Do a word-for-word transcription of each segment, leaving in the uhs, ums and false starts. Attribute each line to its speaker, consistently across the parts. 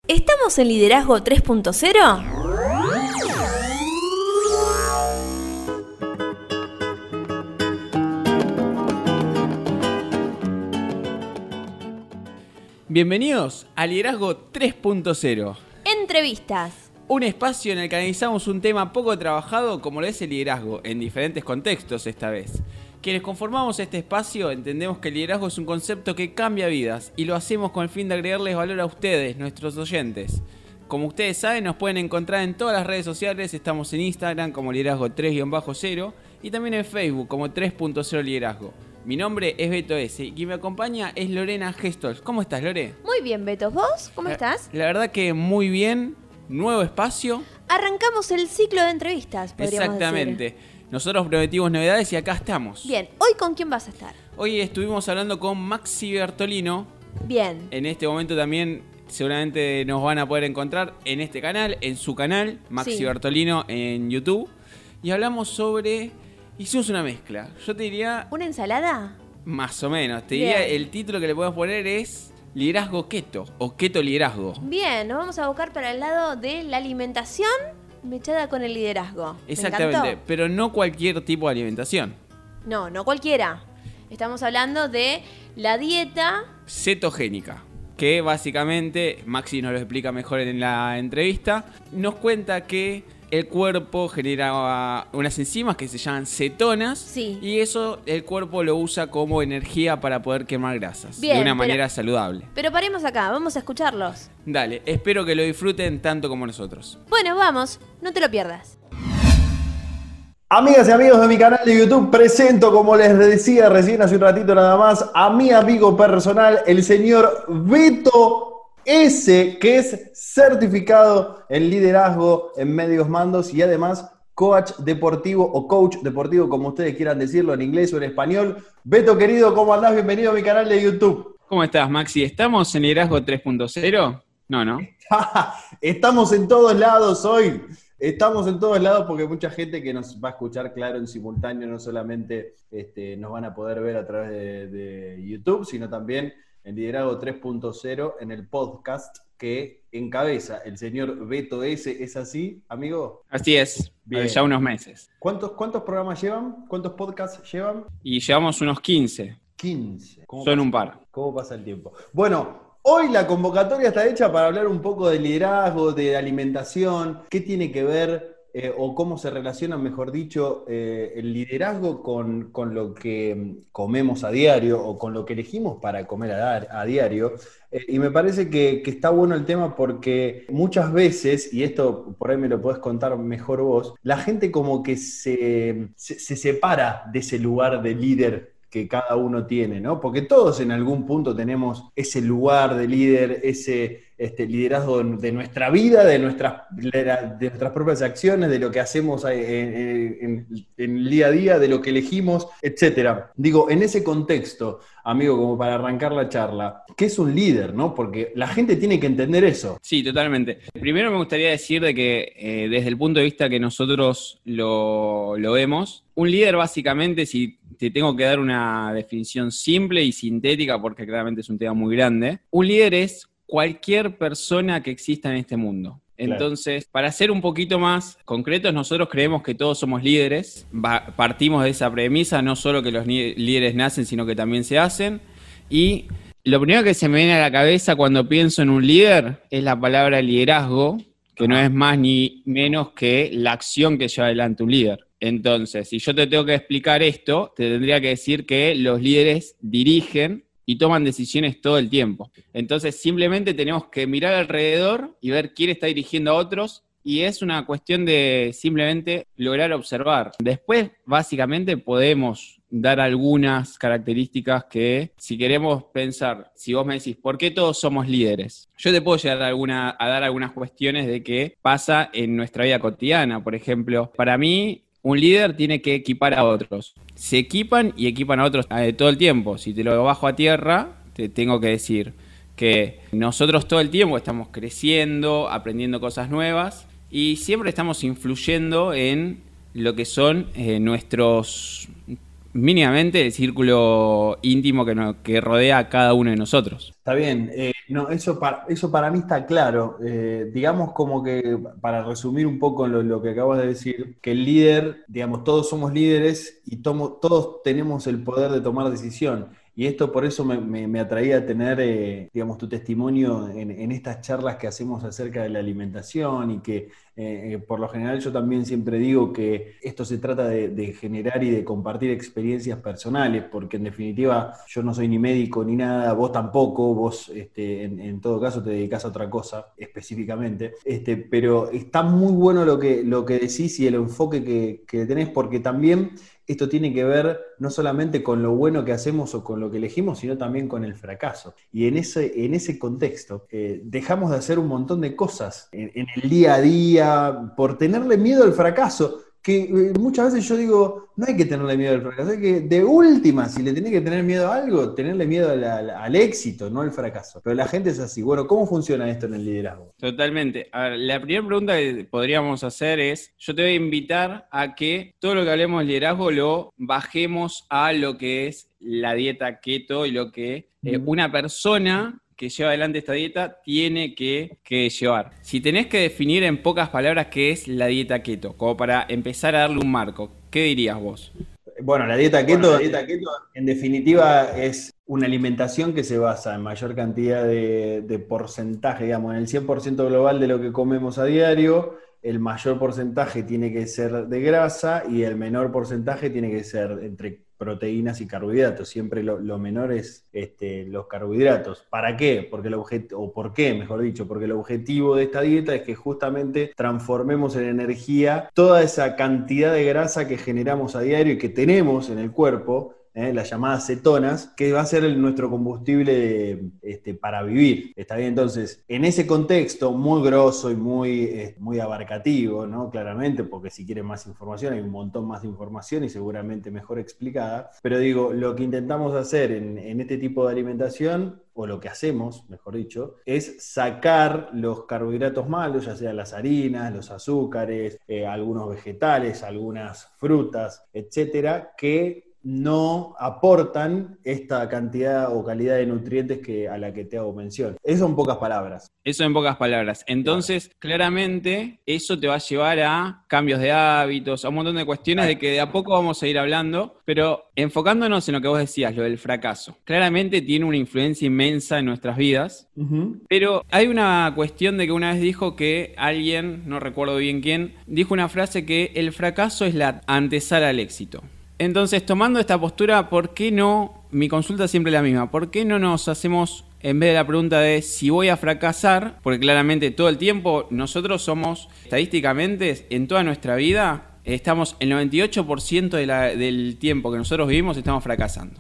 Speaker 1: ¿Estamos en Liderazgo tres punto cero?
Speaker 2: Bienvenidos a Liderazgo tres punto cero.
Speaker 1: Entrevistas.
Speaker 2: Un espacio en el que analizamos un tema poco trabajado como lo es el liderazgo, en diferentes contextos esta vez. Quienes conformamos este espacio entendemos que el liderazgo es un concepto que cambia vidas y lo hacemos con el fin de agregarles valor a ustedes, nuestros oyentes. Como ustedes saben, nos pueden encontrar en todas las redes sociales. Estamos en Instagram como Liderazgo tres punto cero y también en Facebook como tres punto cero Liderazgo. Mi nombre es Beto S. y quien me acompaña es Lorena Gestols. ¿Cómo estás, Lore?
Speaker 1: Muy bien, Beto. ¿Vos? ¿Cómo
Speaker 2: la,
Speaker 1: estás?
Speaker 2: La verdad que muy bien. Nuevo espacio.
Speaker 1: Arrancamos el ciclo de entrevistas, podríamos
Speaker 2: Exactamente.
Speaker 1: decir.
Speaker 2: Nosotros prometimos novedades y acá estamos.
Speaker 1: Bien, ¿hoy con quién vas a estar?
Speaker 2: Hoy estuvimos hablando con Maxi Bertolino.
Speaker 1: Bien.
Speaker 2: En este momento también seguramente nos van a poder encontrar en este canal, en su canal, Maxi
Speaker 1: Sí.
Speaker 2: Bertolino en YouTube. Y hablamos sobre... Hicimos una mezcla. Yo te diría...
Speaker 1: ¿Una ensalada?
Speaker 2: Más o menos. Te diría
Speaker 1: Bien.
Speaker 2: el título que le podemos poner es... Liderazgo keto o keto liderazgo.
Speaker 1: Bien, nos vamos a buscar para el lado de la alimentación mechada con el liderazgo. ¿Me
Speaker 2: Exactamente,
Speaker 1: encantó?
Speaker 2: pero no cualquier tipo de alimentación.
Speaker 1: No, no cualquiera. Estamos hablando de la dieta.
Speaker 2: Cetogénica, que básicamente, Maxi nos lo explica mejor en la entrevista, nos cuenta que el cuerpo genera unas enzimas que se llaman cetonas.
Speaker 1: Sí.
Speaker 2: Y eso el cuerpo lo usa como energía para poder quemar grasas.
Speaker 1: Bien,
Speaker 2: de una
Speaker 1: pero-
Speaker 2: manera saludable.
Speaker 1: Pero paremos acá, vamos a escucharlos.
Speaker 2: Dale, espero que lo disfruten tanto como nosotros.
Speaker 1: Bueno, vamos, no te lo pierdas.
Speaker 3: Amigas y amigos de mi canal de YouTube, presento, como les decía recién hace un ratito nada más, a mi amigo personal, el señor Beto S, que es certificado en liderazgo en medios mandos y además coach deportivo o coach deportivo, como ustedes quieran decirlo en inglés o en español. Beto, querido, ¿cómo andás? Bienvenido a mi canal de YouTube.
Speaker 2: ¿Cómo estás, Maxi? ¿Estamos en Liderazgo tres punto cero? No, ¿no?
Speaker 3: Estamos en todos lados hoy. Estamos en todos lados porque mucha gente que nos va a escuchar, claro, en simultáneo, no solamente este, nos van a poder ver a través de, de YouTube, sino también en Liderazgo tres punto cero, en el podcast que encabeza el señor Beto S. ¿Es así, amigo?
Speaker 2: Así es,
Speaker 3: Bien.
Speaker 2: ya unos meses.
Speaker 3: ¿Cuántos, cuántos programas llevan? ¿Cuántos podcasts llevan?
Speaker 2: Y llevamos unos quince.
Speaker 3: quince. ¿Cómo
Speaker 2: Son
Speaker 3: pasa-
Speaker 2: un par.
Speaker 3: ¿Cómo pasa el tiempo? Bueno, hoy la convocatoria está hecha para hablar un poco de liderazgo, de alimentación, qué tiene que ver eh, o cómo se relaciona, mejor dicho, eh, el liderazgo con, con lo que mm, comemos a diario o con lo que elegimos para comer a, a diario. Eh, y me parece que, que está bueno el tema porque muchas veces, y esto por ahí me lo podés contar mejor vos, la gente como que se, se, se separa de ese lugar de líder que cada uno tiene, ¿no? Porque todos en algún punto tenemos ese lugar de líder, ese este, liderazgo de nuestra vida, de nuestras, de nuestras propias acciones, de lo que hacemos en, en, en el día a día, de lo que elegimos, etcétera. Digo, en ese contexto, amigo, como para arrancar la charla, ¿qué es un líder, no? Porque la gente tiene que entender eso.
Speaker 2: Sí, totalmente. Primero me gustaría decir de que eh, desde el punto de vista que nosotros lo, lo vemos, un líder básicamente, si te tengo que dar una definición simple y sintética, porque claramente es un tema muy grande, un líder es cualquier persona que exista en este mundo. Entonces, claro, para ser un poquito más concretos, nosotros creemos que todos somos líderes. Va, partimos de esa premisa, no solo que los líderes nacen, sino que también se hacen. Y lo primero que se me viene a la cabeza cuando pienso en un líder es la palabra liderazgo, que no es más ni menos que la acción que lleva adelante un líder. Entonces, si yo te tengo que explicar esto, te tendría que decir que los líderes dirigen y toman decisiones todo el tiempo. Entonces, simplemente tenemos que mirar alrededor y ver quién está dirigiendo a otros, y es una cuestión de simplemente lograr observar. Después, básicamente, podemos dar algunas características que, si queremos pensar, si vos me decís, ¿por qué todos somos líderes? Yo te puedo llegar a, alguna, a dar algunas cuestiones de qué pasa en nuestra vida cotidiana. Por ejemplo, para mí, un líder tiene que equipar a otros. Se equipan y equipan a otros eh, todo el tiempo. Si te lo bajo a tierra, te tengo que decir que nosotros todo el tiempo estamos creciendo, aprendiendo cosas nuevas y siempre estamos influyendo en lo que son eh, nuestros, mínimamente, el círculo íntimo que, nos, que rodea a cada uno de nosotros.
Speaker 3: Está bien. Eh, No, eso para, eso para mí está claro. Eh, digamos como que, para resumir un poco lo, lo que acabas de decir, que el líder, digamos, todos somos líderes y tomo, todos tenemos el poder de tomar decisión. Y esto por eso me, me, me atraía a tener, eh, digamos, tu testimonio en, en estas charlas que hacemos acerca de la alimentación y que eh, eh, por lo general yo también siempre digo que esto se trata de, de generar y de compartir experiencias personales, porque en definitiva yo no soy ni médico ni nada, vos tampoco, vos este, en, en todo caso te dedicás a otra cosa específicamente, este, pero está muy bueno lo que, lo que decís y el enfoque que, que tenés, porque también esto tiene que ver no solamente con lo bueno que hacemos o con lo que elegimos, sino también con el fracaso. Y en ese, en ese contexto, eh, dejamos de hacer un montón de cosas en, en el día a día por tenerle miedo al fracaso. Que eh, muchas veces yo digo, no hay que tenerle miedo al fracaso, hay que, de última, si le tenés que tener miedo a algo, tenerle miedo al, al, al éxito, no al fracaso. Pero la gente es así. Bueno, ¿cómo funciona esto en el liderazgo?
Speaker 2: Totalmente. A ver, la primera pregunta que podríamos hacer es, yo te voy a invitar a que todo lo que hablemos de liderazgo lo bajemos a lo que es la dieta keto y lo que eh, una persona que lleva adelante esta dieta tiene que, que llevar. Si tenés que definir en pocas palabras qué es la dieta keto, como para empezar a darle un marco, ¿qué dirías vos?
Speaker 3: Bueno, la dieta keto, bueno, la dieta keto en definitiva es una alimentación que se basa en mayor cantidad de, de porcentaje, digamos, en el cien por ciento global de lo que comemos a diario. El mayor porcentaje tiene que ser de grasa y el menor porcentaje tiene que ser entre proteínas y carbohidratos. Siempre lo, lo menor es este, los carbohidratos. ¿Para qué? Porque el objeto, o por qué, mejor dicho, porque el objetivo de esta dieta es que justamente transformemos en energía toda esa cantidad de grasa que generamos a diario y que tenemos en el cuerpo, ¿eh? Las llamadas cetonas, que va a ser el, nuestro combustible este, para vivir. ¿Está bien? Entonces, en ese contexto muy grosso y muy, eh, muy abarcativo, ¿no? Claramente, porque si quieren más información, hay un montón más de información y seguramente mejor explicada. Pero digo, lo que intentamos hacer en, en este tipo de alimentación, o lo que hacemos, mejor dicho, es sacar los carbohidratos malos, ya sean las harinas, los azúcares, eh, algunos vegetales, algunas frutas, etcétera, que no aportan esta cantidad o calidad de nutrientes que, a la que te hago mención. Eso en pocas palabras.
Speaker 2: Eso en pocas palabras. Entonces, claro, claramente, eso te va a llevar a cambios de hábitos, a un montón de cuestiones de que de a poco vamos a ir hablando, pero enfocándonos en lo que vos decías, lo del fracaso. Claramente tiene una influencia inmensa en nuestras vidas, uh-huh. Pero hay una cuestión de que una vez dijo que alguien, no recuerdo bien quién, dijo una frase que el fracaso es la antesala al éxito. Entonces, tomando esta postura, ¿por qué no? Mi consulta siempre es la misma. ¿Por qué no nos hacemos, en vez de la pregunta de si voy a fracasar? Porque claramente todo el tiempo nosotros somos, estadísticamente, en toda nuestra vida, estamos el noventa y ocho por ciento de la, del tiempo que nosotros vivimos estamos fracasando.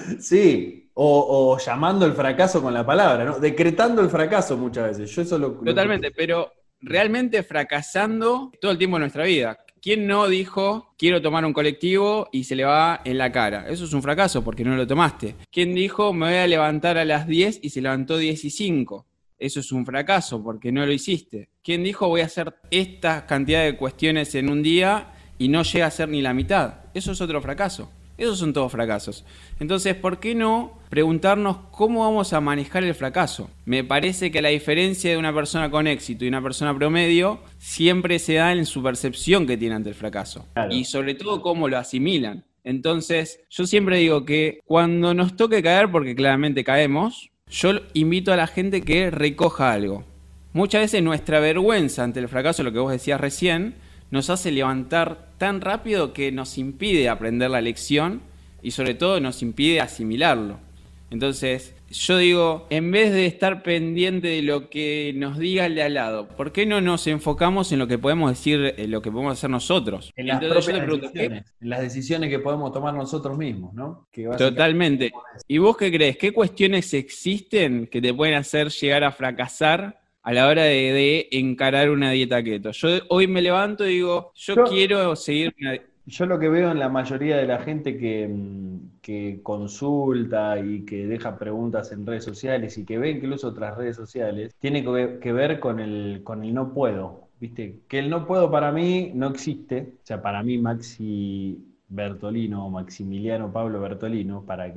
Speaker 3: Sí, o, o llamando el fracaso con la palabra, ¿no? Decretando el fracaso muchas veces. Yo eso lo,
Speaker 2: Totalmente,
Speaker 3: lo que...
Speaker 2: pero realmente fracasando todo el tiempo en nuestra vida. ¿Quién no dijo, quiero tomar un colectivo y se le va en la cara? Eso es un fracaso porque no lo tomaste. ¿Quién dijo, me voy a levantar a las diez y se levantó diez y cinco? Eso es un fracaso porque no lo hiciste. ¿Quién dijo, voy a hacer esta cantidad de cuestiones en un día y no llega a ser ni la mitad? Eso es otro fracaso. Esos son todos fracasos. Entonces, ¿por qué no preguntarnos cómo vamos a manejar el fracaso? Me parece que la diferencia de una persona con éxito y una persona promedio siempre se da en su percepción que tiene ante el fracaso. Claro. Y sobre todo cómo lo asimilan. Entonces, yo siempre digo que cuando nos toque caer, porque claramente caemos, yo invito a la gente que recoja algo. Muchas veces nuestra vergüenza ante el fracaso, lo que vos decías recién, nos hace levantar tan rápido que nos impide aprender la lección y sobre todo nos impide asimilarlo. Entonces, yo digo, en vez de estar pendiente de lo que nos diga el de al lado, ¿por qué no nos enfocamos en lo que podemos decir, en lo que podemos hacer nosotros?
Speaker 3: En las
Speaker 2: Entonces,
Speaker 3: propias
Speaker 2: yo te pregunto,
Speaker 3: decisiones, ¿qué? En las decisiones que podemos tomar nosotros mismos, ¿no? Que
Speaker 2: Totalmente. ¿Y vos qué crees? ¿Qué cuestiones existen que te pueden hacer llegar a fracasar a la hora de, de encarar una dieta keto? Yo hoy me levanto y digo, yo, yo quiero seguir una...
Speaker 3: Yo lo que veo en la mayoría de la gente que, que consulta y que deja preguntas en redes sociales y que ve incluso otras redes sociales, tiene que, que ver con el, con el no puedo, ¿viste? Que el no puedo para mí no existe. O sea, para mí Maxi Bertolino o Maximiliano Pablo Bertolino, para que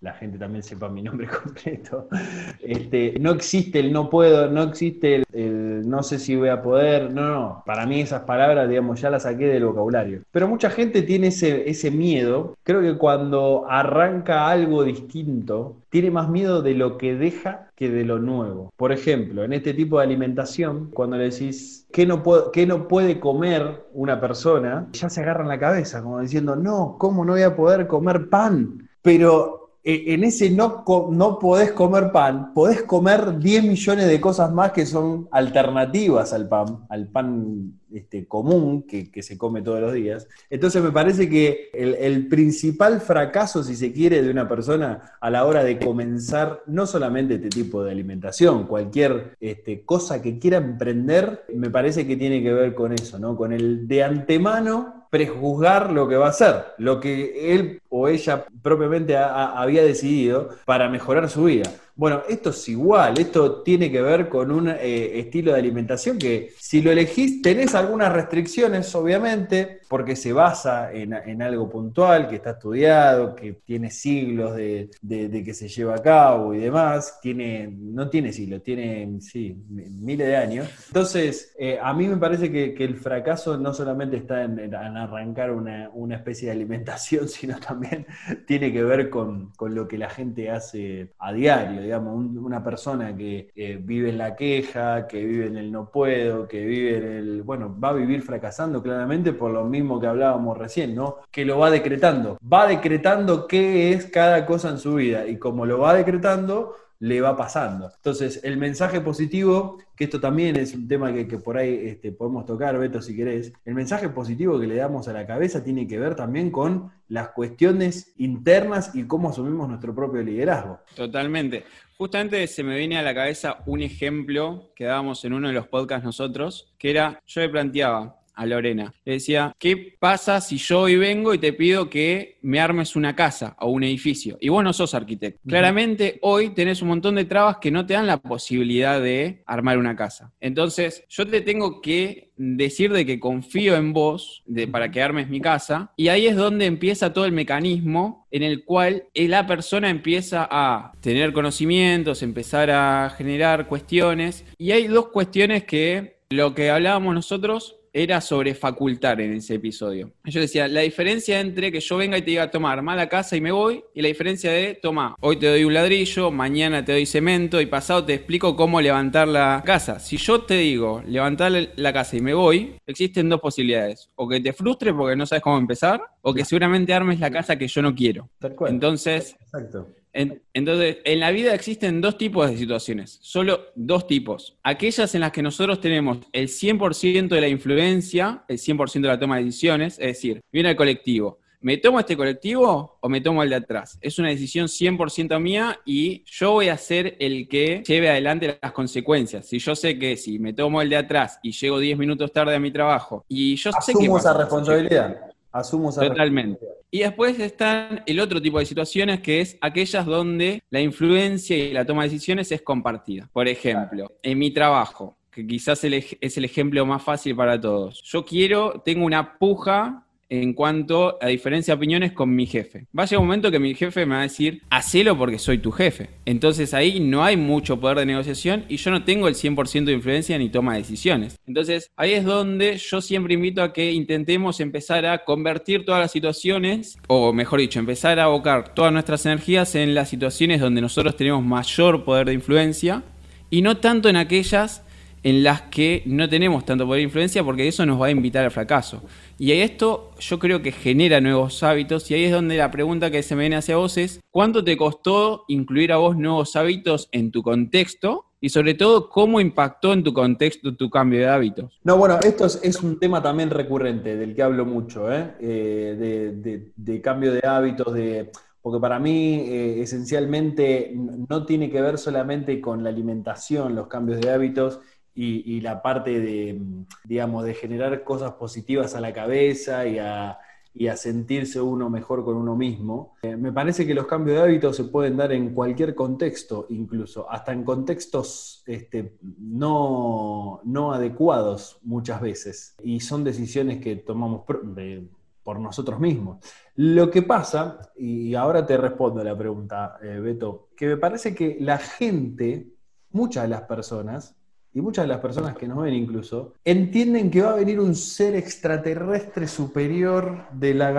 Speaker 3: la gente también sepa mi nombre completo. Este, no existe el no puedo, no existe el, el no sé si voy a poder, no, no, para mí esas palabras, digamos, ya las saqué del vocabulario. Pero mucha gente tiene ese, ese miedo, creo que cuando arranca algo distinto, tiene más miedo de lo que deja que de lo nuevo. Por ejemplo, en este tipo de alimentación, cuando le decís ¿qué no puede, qué no puede comer una persona? Ya se agarran la cabeza, como diciendo, no, ¿cómo no voy a poder comer pan? Pero en ese no, no podés comer pan, podés comer diez millones de cosas más que son alternativas al pan, al pan este, común que, que se come todos los días. Entonces me parece que el, el principal fracaso, si se quiere, de una persona a la hora de comenzar no solamente este tipo de alimentación, cualquier este, cosa que quiera emprender, me parece que tiene que ver con eso, ¿no? Con el de antemano prejuzgar lo que va a hacer, lo que él o ella propiamente ha, ha, había decidido para mejorar su vida. Bueno, esto es igual, esto tiene que ver con un eh, estilo de alimentación que si lo elegís tenés algunas restricciones, obviamente, porque se basa en, en algo puntual, que está estudiado, que tiene siglos de, de, de que se lleva a cabo y demás, tiene, no tiene siglos, tiene, sí, miles de años. Entonces, eh, a mí me parece que, que el fracaso no solamente está en, en arrancar una, una especie de alimentación, sino también tiene que ver con, con lo que la gente hace a diario. Digamos, un, una persona que eh, vive en la queja, que vive en el no puedo, que vive en el... Bueno, va a vivir fracasando claramente por lo mismo que hablábamos recién, ¿no? Que lo va decretando. Va decretando qué es cada cosa en su vida y como lo va decretando, le va pasando. Entonces, el mensaje positivo, que esto también es un tema que, que por ahí este, podemos tocar, Beto, si querés, el mensaje positivo que le damos a la cabeza tiene que ver también con las cuestiones internas y cómo asumimos nuestro propio liderazgo.
Speaker 2: Totalmente. Justamente se me viene a la cabeza un ejemplo que dábamos en uno de los podcasts nosotros, que era, yo le planteaba a Lorena, le decía, ¿qué pasa si yo hoy vengo y te pido que me armes una casa o un edificio? Y vos no sos arquitecto. Uh-huh. Claramente hoy tenés un montón de trabas que no te dan la posibilidad de armar una casa. Entonces, yo te tengo que decir de que confío en vos de, para que armes mi casa, y ahí es donde empieza todo el mecanismo en el cual la persona empieza a tener conocimientos, empezar a generar cuestiones, y hay dos cuestiones que lo que hablábamos nosotros era sobre facultar en ese episodio. Yo decía, la diferencia entre que yo venga y te diga, toma, armá la casa y me voy, y la diferencia de, toma, hoy te doy un ladrillo, mañana te doy cemento y pasado te explico cómo levantar la casa. Si yo te digo, levantar la casa y me voy, existen dos posibilidades. O que te frustres porque no sabes cómo empezar, o que seguramente armes la casa que yo no quiero.
Speaker 3: Tal cual.
Speaker 2: Entonces...
Speaker 3: Exacto.
Speaker 2: En, entonces, en la vida existen dos tipos de situaciones, solo dos tipos. Aquellas en las que nosotros tenemos el cien por ciento de la influencia, el cien por ciento de la toma de decisiones, es decir, viene el colectivo, ¿me tomo este colectivo o me tomo el de atrás? Es una decisión cien por ciento mía y yo voy a ser el que lleve adelante las consecuencias. Si yo sé que si me tomo el de atrás y llego diez minutos tarde a mi trabajo y yo sé que...
Speaker 3: Asumo esa responsabilidad. Asumo esa
Speaker 2: Totalmente. Y después están el otro tipo de situaciones, que es aquellas donde la influencia y la toma de decisiones es compartida. Por ejemplo, en mi trabajo, que quizás es el ejemplo más fácil para todos. Yo quiero, tengo una puja en cuanto a diferencia de opiniones con mi jefe. Va a llegar un momento que mi jefe me va a decir, hacelo porque soy tu jefe. Entonces ahí no hay mucho poder de negociación y yo no tengo el cien por ciento de influencia ni toma de decisiones. Entonces ahí es donde yo siempre invito a que intentemos empezar a convertir todas las situaciones, o mejor dicho, empezar a abocar todas nuestras energías en las situaciones donde nosotros tenemos mayor poder de influencia y no tanto en aquellas en las que no tenemos tanto poder de influencia, porque eso nos va a invitar al fracaso. Y esto yo creo que genera nuevos hábitos, y ahí es donde la pregunta que se me viene hacia vos es, ¿cuánto te costó incluir a vos nuevos hábitos en tu contexto? Y sobre todo, ¿cómo impactó en tu contexto tu cambio de hábitos?
Speaker 3: No, bueno, esto es, es un tema también recurrente, del que hablo mucho, ¿eh? Eh, de, de, de cambio de hábitos, de... Porque para mí, eh, esencialmente, no tiene que ver solamente con la alimentación, los cambios de hábitos, Y, y la parte de, digamos, de generar cosas positivas a la cabeza y a, y a sentirse uno mejor con uno mismo. Eh, me parece que los cambios de hábitos se pueden dar en cualquier contexto, incluso, hasta en contextos este, no, no adecuados muchas veces. Y son decisiones que tomamos de, por nosotros mismos. Lo que pasa, y ahora te respondo a la pregunta, eh, Beto, que me parece que la gente, muchas de las personas, y muchas de las personas que nos ven incluso, entienden que va a venir un ser extraterrestre superior de la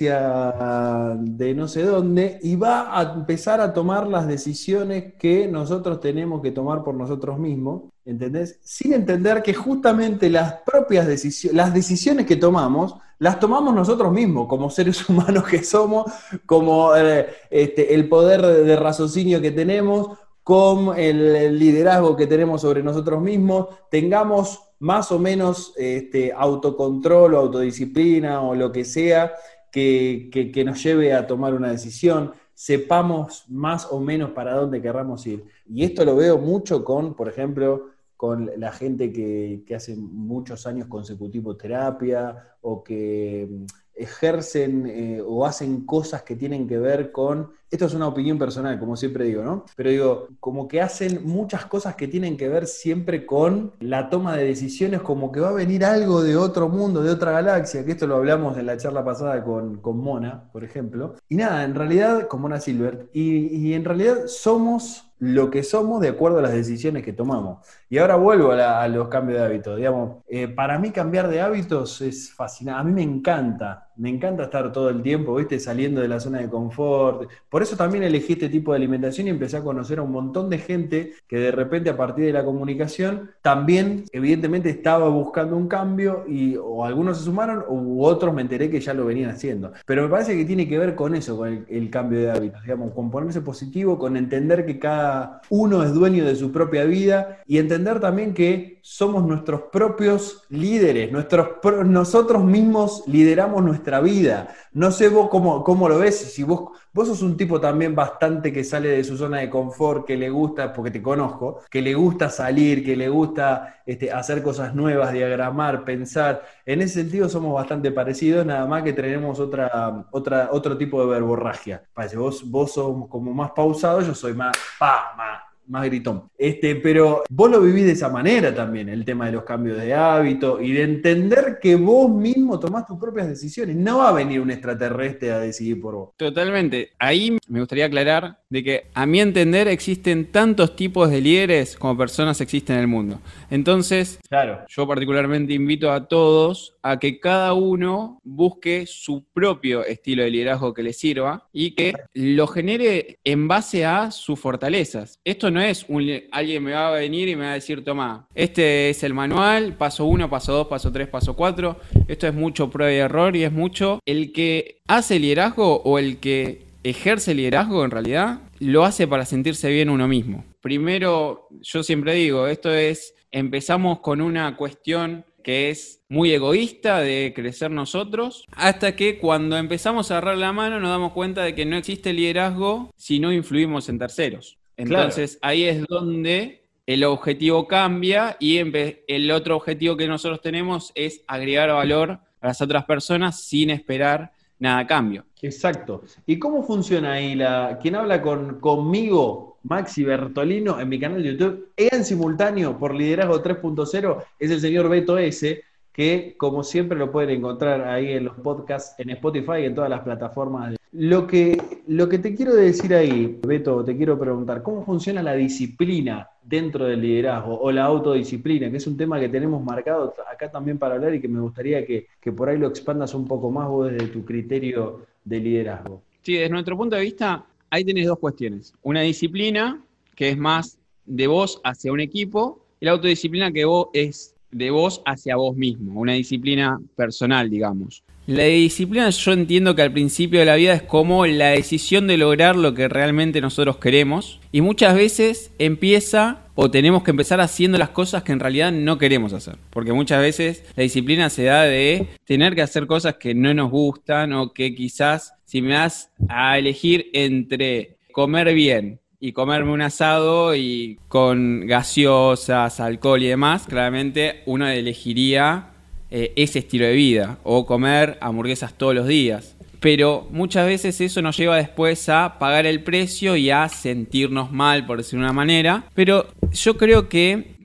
Speaker 3: galaxia de no sé dónde y va a empezar a tomar las decisiones que nosotros tenemos que tomar por nosotros mismos, ¿entendés? Sin entender que justamente las propias decisiones, las decisiones que tomamos, las tomamos nosotros mismos, como seres humanos que somos, como eh, este, el poder de raciocinio que tenemos, con el liderazgo que tenemos sobre nosotros mismos, tengamos más o menos este, autocontrol o autodisciplina o lo que sea que, que, que nos lleve a tomar una decisión, sepamos más o menos para dónde querramos ir. Y esto lo veo mucho con, por ejemplo, con la gente que, que hace muchos años consecutivos terapia o que ejercen eh, o hacen cosas que tienen que ver con, esto es una opinión personal, como siempre digo, ¿no? Pero digo, como que hacen muchas cosas que tienen que ver siempre con la toma de decisiones, como que va a venir algo de otro mundo, de otra galaxia, que esto lo hablamos en la charla pasada con, con Mona, por ejemplo. Y nada, en realidad, con Mona Silver, y, y en realidad somos lo que somos de acuerdo a las decisiones que tomamos. Y ahora vuelvo a, la, a los cambios de hábitos. Digamos, eh, para mí cambiar de hábitos es fascinante. A mí me encanta, me encanta estar todo el tiempo, ¿viste? Saliendo de la zona de confort. Por eso también elegí este tipo de alimentación y empecé a conocer a un montón de gente que de repente a partir de la comunicación también evidentemente estaba buscando un cambio y o algunos se sumaron u otros me enteré que ya lo venían haciendo. Pero me parece que tiene que ver con eso, con el, el cambio de hábitos, digamos, con ponerse positivo, con entender que cada uno es dueño de su propia vida y entender también que somos nuestros propios líderes, nuestros pro, nosotros mismos lideramos nuestra vida. No sé vos cómo, cómo lo ves, si vos, vos sos un tipo también bastante que sale de su zona de confort, que le gusta, porque te conozco, que le gusta salir, que le gusta este, hacer cosas nuevas, diagramar, pensar. En ese sentido somos bastante parecidos, nada más que tenemos otra, otra, otro tipo de verborragia. Parece, vos, vos sos como más pausado, yo soy más, pa, más, más gritón. Este, pero vos lo vivís de esa manera también, el tema de los cambios de hábito y de entender que vos mismo tomás tus propias decisiones. No va a venir un extraterrestre a decidir por vos.
Speaker 2: Totalmente. Ahí me gustaría aclarar de que, a mi entender, existen tantos tipos de líderes como personas existen en el mundo. Entonces,
Speaker 3: claro,
Speaker 2: yo particularmente invito a todos a que cada uno busque su propio estilo de liderazgo que le sirva y que lo genere en base a sus fortalezas. Esto no es un, alguien me va a venir y me va a decir, toma, este es el manual, paso uno, paso dos, paso tres, paso cuatro. Esto es mucho prueba y error y es mucho el que hace liderazgo o el que ejerce liderazgo en realidad, lo hace para sentirse bien uno mismo. Primero, yo siempre digo, esto es, empezamos con una cuestión que es muy egoísta de crecer nosotros, hasta que cuando empezamos a agarrar la mano nos damos cuenta de que no existe liderazgo si no influimos en terceros. Entonces, claro, ahí es donde el objetivo cambia y el otro objetivo que nosotros tenemos es agregar valor a las otras personas sin esperar nada a cambio.
Speaker 3: Exacto. ¿Y cómo funciona ahí la... Quien habla con, conmigo, Maxi Bertolino, en mi canal de YouTube, en simultáneo por Liderazgo tres punto cero, es el señor Beto S., que como siempre lo pueden encontrar ahí en los podcasts, en Spotify y en todas las plataformas. Lo que, lo que te quiero decir ahí, Beto, te quiero preguntar, ¿cómo funciona la disciplina dentro del liderazgo o la autodisciplina? Que es un tema que tenemos marcado acá también para hablar y que me gustaría que, que por ahí lo expandas un poco más vos desde tu criterio de liderazgo.
Speaker 2: Sí, desde nuestro punto de vista, ahí tenés dos cuestiones. Una disciplina, que es más de vos hacia un equipo, y la autodisciplina que vos es de vos hacia vos mismo, una disciplina personal, digamos. La disciplina yo entiendo que al principio de la vida es como la decisión de lograr lo que realmente nosotros queremos y muchas veces empieza o tenemos que empezar haciendo las cosas que en realidad no queremos hacer, porque muchas veces la disciplina se da de tener que hacer cosas que no nos gustan o que quizás si me das a elegir entre comer bien y comerme un asado y con gaseosas, alcohol y demás, claramente uno elegiría eh, ese estilo de vida o comer hamburguesas todos los días. Pero muchas veces eso nos lleva después a pagar el precio y a sentirnos mal, por decir una manera. Pero yo creo que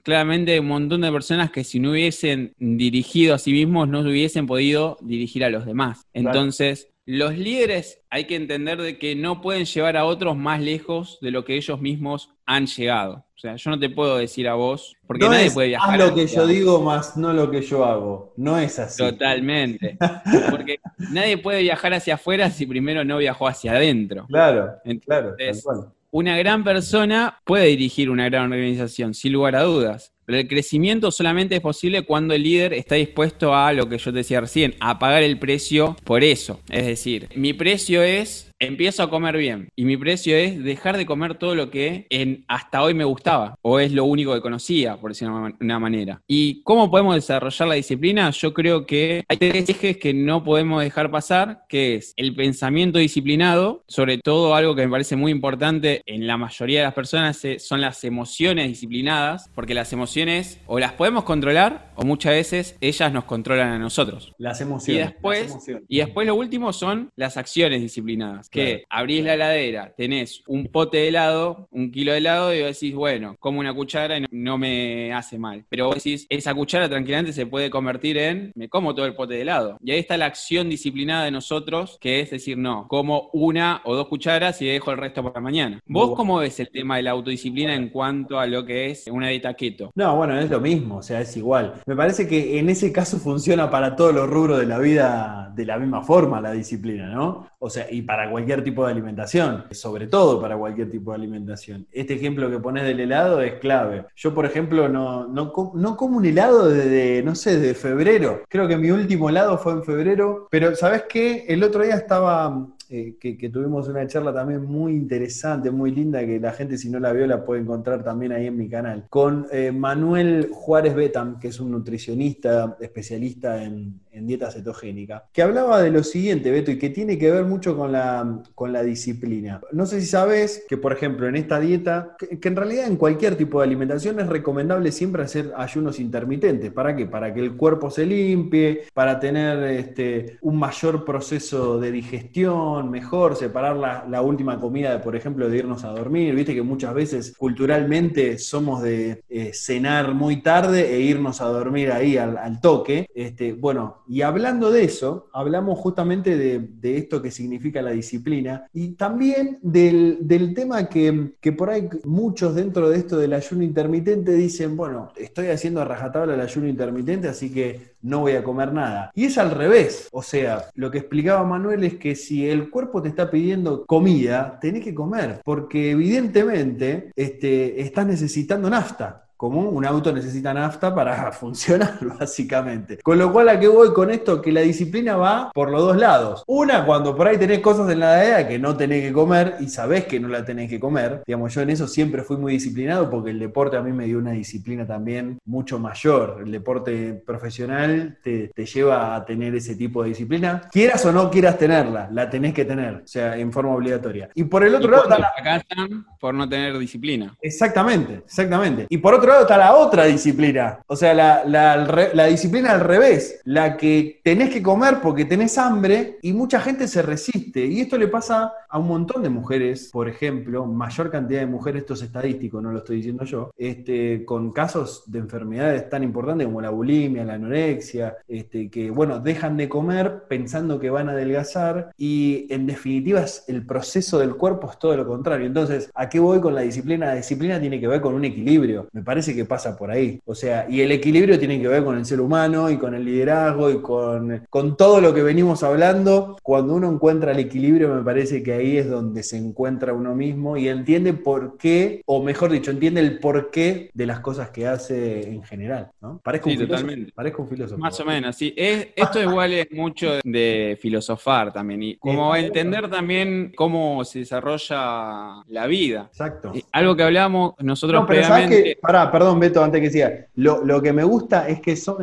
Speaker 2: claramente hay un montón de personas que si no hubiesen dirigido a sí mismos, no hubiesen podido dirigir a los demás. Entonces, los líderes hay que entender de que no pueden llevar a otros más lejos de lo que ellos mismos han llegado. O sea, yo no te puedo decir a vos, porque
Speaker 3: no
Speaker 2: nadie
Speaker 3: es,
Speaker 2: puede viajar.
Speaker 3: haz lo que
Speaker 2: hacia...
Speaker 3: yo digo más no lo que yo hago. No es así.
Speaker 2: Totalmente. Porque nadie puede viajar hacia afuera si primero no viajó hacia adentro.
Speaker 3: Claro,
Speaker 2: Entonces,
Speaker 3: claro, tal cual.
Speaker 2: Una gran persona puede dirigir una gran organización, sin lugar a dudas. Pero el crecimiento solamente es posible cuando el líder está dispuesto a, lo que yo te decía recién, a pagar el precio por eso. Es decir, mi precio es, empiezo a comer bien. Y mi precio es dejar de comer todo lo que en, hasta hoy me gustaba. O es lo único que conocía, por decirlo de una manera. ¿Y cómo podemos desarrollar la disciplina? Yo creo que hay tres ejes que no podemos dejar pasar, que es el pensamiento disciplinado, sobre todo algo que me parece muy importante en la mayoría de las personas, son las emociones disciplinadas, porque las emociones o las podemos controlar o muchas veces ellas nos controlan a nosotros.
Speaker 3: Las emociones.
Speaker 2: Y después,
Speaker 3: las emociones.
Speaker 2: Y después lo último son las acciones disciplinadas, que
Speaker 3: Claro,
Speaker 2: abrís
Speaker 3: claro.
Speaker 2: la heladera, tenés un pote de helado, un kilo de helado y vos decís, bueno, como una cuchara y no, no me hace mal. Pero vos decís, esa cuchara tranquilamente se puede convertir en, me como todo el pote de helado. Y ahí está la acción disciplinada de nosotros, que es decir, no, como una o dos cucharas y dejo el resto para mañana. ¿Vos
Speaker 3: Bueno.
Speaker 2: cómo ves el tema de la autodisciplina en cuanto a lo que es una dieta keto?
Speaker 3: No, bueno, es lo mismo, o sea, es igual. Me parece que en ese caso funciona para todos los rubros de la vida de la misma forma la disciplina, ¿no? O sea, y para cualquier tipo de alimentación, sobre todo para cualquier tipo de alimentación. Este ejemplo que pones del helado es clave. Yo, por ejemplo, no, no, no como un helado desde, no sé, de febrero. Creo que mi último helado fue en febrero, pero ¿sabés qué? El otro día estaba... Eh, que, que tuvimos una charla también muy interesante, muy linda, que la gente si no la vio la puede encontrar también ahí en mi canal, con eh, Manuel Juárez Betam, que es un nutricionista especialista en, en dieta cetogénica, que hablaba de lo siguiente, Beto, y que tiene que ver mucho con la, con la disciplina. No sé si sabes que, por ejemplo, en esta dieta, que, que en realidad en cualquier tipo de alimentación es recomendable siempre hacer ayunos intermitentes. ¿Para qué? Para que el cuerpo se limpie, para tener este, un mayor proceso de digestión, mejor separar la, la última comida, de, por ejemplo, de irnos a dormir. Viste que muchas veces culturalmente somos de eh, cenar muy tarde e irnos a dormir ahí al, al toque. Este, bueno, y hablando de eso, hablamos justamente de, de esto que significa la disciplina y también del, del tema que, que por ahí muchos dentro de esto del ayuno intermitente dicen, bueno, estoy haciendo a rajatabla el ayuno intermitente, así que no voy a comer nada. Y es al revés. O sea, lo que explicaba Manuel es que si el cuerpo te está pidiendo comida, tenés que comer, porque evidentemente este, estás necesitando nafta. Como un auto necesita nafta para funcionar, básicamente. Con lo cual, ¿a qué voy con esto? Que la disciplina va por los dos lados. Una, cuando por ahí tenés cosas en la dieta que no tenés que comer y sabés que no la tenés que comer. Digamos, yo en eso siempre fui muy disciplinado porque el deporte a mí me dio una disciplina también mucho mayor. El deporte profesional te, te lleva a tener ese tipo de disciplina. Quieras o no quieras tenerla, la tenés que tener. O sea, en forma obligatoria. Y por el otro
Speaker 2: ¿Y
Speaker 3: lado...
Speaker 2: cuántos fracasan por no tener disciplina?
Speaker 3: Exactamente, exactamente. Y por otro lado está la otra disciplina, o sea, la, la, la disciplina al revés, la que tenés que comer porque tenés hambre y mucha gente se resiste. Y esto le pasa a un montón de mujeres, por ejemplo, mayor cantidad de mujeres, esto es estadístico, no lo estoy diciendo yo, este, con casos de enfermedades tan importantes como la bulimia, la anorexia, este, que, bueno, dejan de comer pensando que van a adelgazar y, en definitiva, el proceso del cuerpo es todo lo contrario. Entonces, ¿a qué voy con la disciplina? La disciplina tiene que ver con un equilibrio. Me parece que pasa por ahí. O sea, y el equilibrio tiene que ver con el ser humano y con el liderazgo y con, con todo lo que venimos hablando. Cuando uno encuentra el equilibrio, me parece que ahí es donde se encuentra uno mismo y entiende por qué, o mejor dicho, entiende el porqué de las cosas que hace en general, ¿no? Parezco
Speaker 2: Sí,
Speaker 3: un filósofo.
Speaker 2: totalmente.
Speaker 3: Parezco un filósofo.
Speaker 2: Más o menos, sí. Es, esto igual es mucho de filosofar también y como
Speaker 3: Sí.
Speaker 2: entender también cómo se desarrolla la vida.
Speaker 3: Exacto.
Speaker 2: Eh, Algo que hablamos nosotros
Speaker 3: No, pero ¿sabes
Speaker 2: previamente...
Speaker 3: qué? Pará, perdón, Beto, antes que siga. Lo, lo que me gusta es que son, eh,